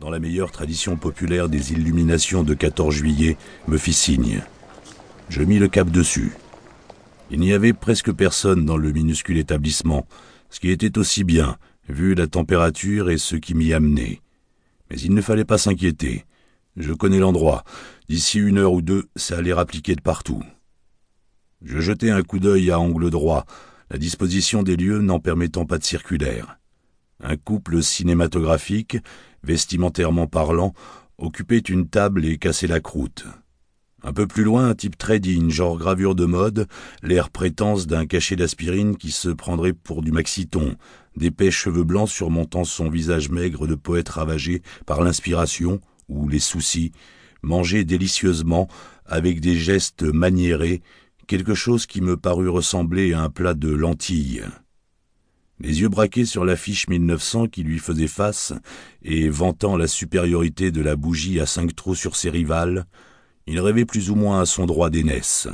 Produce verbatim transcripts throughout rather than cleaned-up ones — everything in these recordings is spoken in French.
dans la meilleure tradition populaire des illuminations de quatorze juillet, me fit signe. Je mis le cap dessus. Il n'y avait presque personne dans le minuscule établissement, ce qui était aussi bien, vu la température et ce qui m'y amenait. Mais il ne fallait pas s'inquiéter. Je connais l'endroit. D'ici une heure ou deux, ça allait rappliquer de partout. Je jetai un coup d'œil à angle droit, la disposition des lieux n'en permettant pas de circulaire. Un couple cinématographique, vestimentairement parlant, occupait une table et cassait la croûte. Un peu plus loin, un type très digne, genre gravure de mode, l'air prétence d'un cachet d'aspirine qui se prendrait pour du maxiton, d'épais cheveux blancs surmontant son visage maigre de poète ravagé par l'inspiration ou les soucis, mangeait délicieusement, avec des gestes maniérés, quelque chose qui me parut ressembler à un plat de lentilles. Les yeux braqués sur l'affiche mille neuf cents qui lui faisait face et vantant la supériorité de la bougie à cinq trous sur ses rivales, il rêvait plus ou moins à son droit d'aînesse.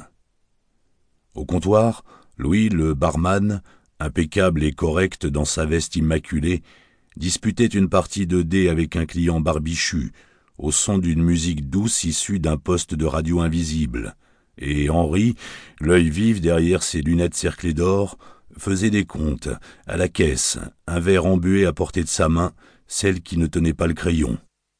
Au comptoir, Louis, le barman, impeccable et correct dans sa veste immaculée, disputait une partie de dés avec un client barbichu, au son d'une musique douce issue d'un poste de radio invisible, et Henri, l'œil vif derrière ses lunettes cerclées d'or, faisait des comptes, à la caisse, un verre embué à portée de sa main, celle qui ne tenait pas le crayon.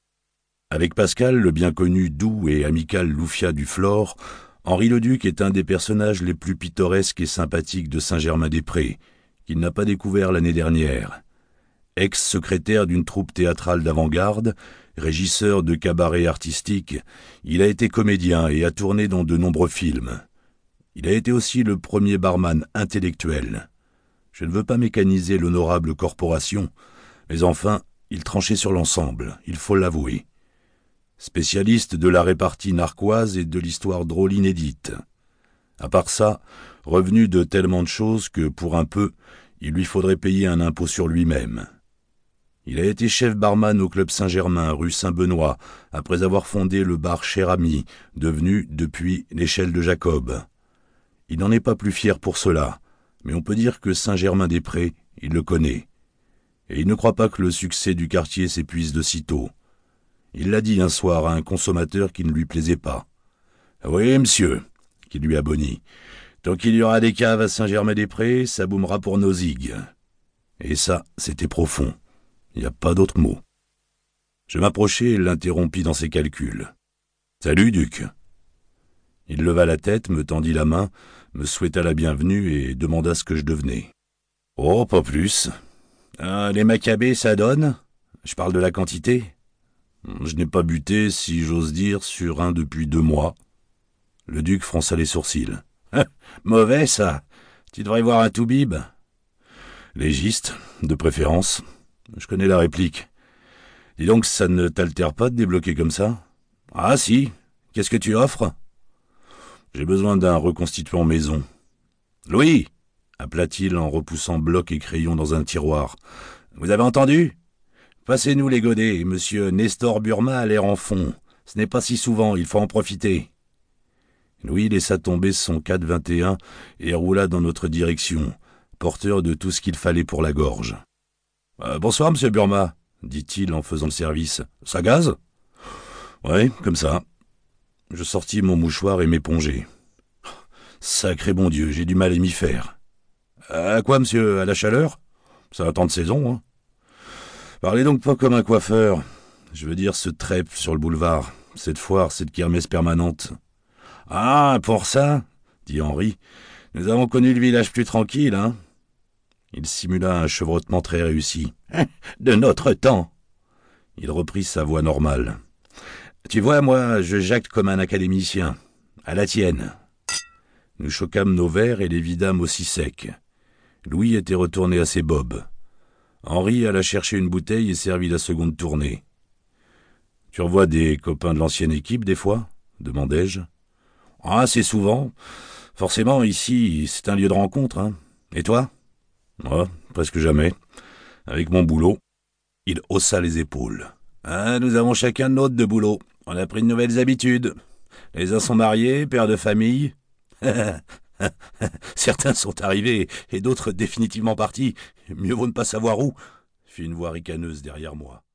Avec Pascal, le bien connu, doux et amical Loufia du Flore, Henri Leduc est un des personnages les plus pittoresques et sympathiques de Saint-Germain-des-Prés, qu'il n'a pas découvert l'année dernière. Ex-secrétaire d'une troupe théâtrale d'avant-garde, régisseur de cabaret artistique, il a été comédien et a tourné dans de nombreux films. Il a été aussi le premier barman intellectuel. Je ne veux pas mécaniser l'honorable corporation, mais enfin, il tranchait sur l'ensemble, il faut l'avouer. Spécialiste de la répartie narquoise et de l'histoire drôle inédite. À part ça, revenu de tellement de choses que, pour un peu, il lui faudrait payer un impôt sur lui-même. Il a été chef barman au Club Saint-Germain, rue Saint-Benoît, après avoir fondé le bar Cher Ami, devenu, depuis, l'Échelle de Jacob. Il n'en est pas plus fier pour cela, mais on peut dire que Saint-Germain-des-Prés, il le connaît. Et il ne croit pas que le succès du quartier s'épuise de sitôt. Il l'a dit un soir à un consommateur qui ne lui plaisait pas. « Oui, monsieur, » qui lui a boni. « Tant qu'il y aura des caves à Saint-Germain-des-Prés, ça boumera pour nos zigues. » Et ça, c'était profond. Il n'y a pas d'autre mot. Je m'approchai et l'interrompis dans ses calculs. « Salut, Duc. » Il leva la tête, me tendit la main, me souhaita la bienvenue et demanda ce que je devenais. « Oh, pas plus. Ah, les macabées, ça donne ? Je parle de la quantité. Je n'ai pas buté, si j'ose dire, sur un depuis deux mois. » Le Duc fronça les sourcils. « Mauvais, ça. Tu devrais voir un toubib. » « Légiste, de préférence. Je connais la réplique. Dis donc, ça ne t'altère pas de débloquer comme ça ? » ?»« Ah si. Qu'est-ce que tu offres ? » ?»« J'ai besoin d'un reconstituant maison. »« Louis !» appela-t-il en repoussant bloc et crayon dans un tiroir. « Vous avez entendu ? Passez-nous les godets, monsieur Nestor Burma a l'air en fond. Ce n'est pas si souvent, il faut en profiter. » Louis laissa tomber son quatre vingt et un et roula dans notre direction, porteur de tout ce qu'il fallait pour la gorge. Euh, « Bonsoir, monsieur Burma, » dit-il en faisant le service. « Ça gaze ?»« Ouais, comme ça. » Je sortis mon mouchoir et m'épongeai. « Sacré bon Dieu, j'ai du mal à m'y faire. »« À quoi, monsieur, à la chaleur ? Ça attend de saison, hein. » »« Parlez donc pas comme un coiffeur. Je veux dire ce trèpe sur le boulevard, cette foire, cette kermesse permanente. »« Ah, pour ça, » dit Henri, « nous avons connu le village plus tranquille, hein. » Il simula un chevrotement très réussi. « De notre temps !» Il reprit sa voix normale. « Tu vois, moi, je jacte comme un académicien. À la tienne. » Nous choquâmes nos verres et les vidâmes aussi secs. Louis était retourné à ses bobs. Henri alla chercher une bouteille et servit la seconde tournée. « Tu revois des copains de l'ancienne équipe, des fois ?» demandai-je. « Ah, c'est souvent. Forcément, ici, c'est un lieu de rencontre, hein. Et toi ? » ?»« Ouais, presque jamais. Avec mon boulot. » Il haussa les épaules. « Ah, nous avons chacun notre de boulot. On a pris de nouvelles habitudes. Les uns sont mariés, pères de famille. Certains sont arrivés et d'autres définitivement partis. Mieux vaut ne pas savoir où, » fit une voix ricaneuse derrière moi.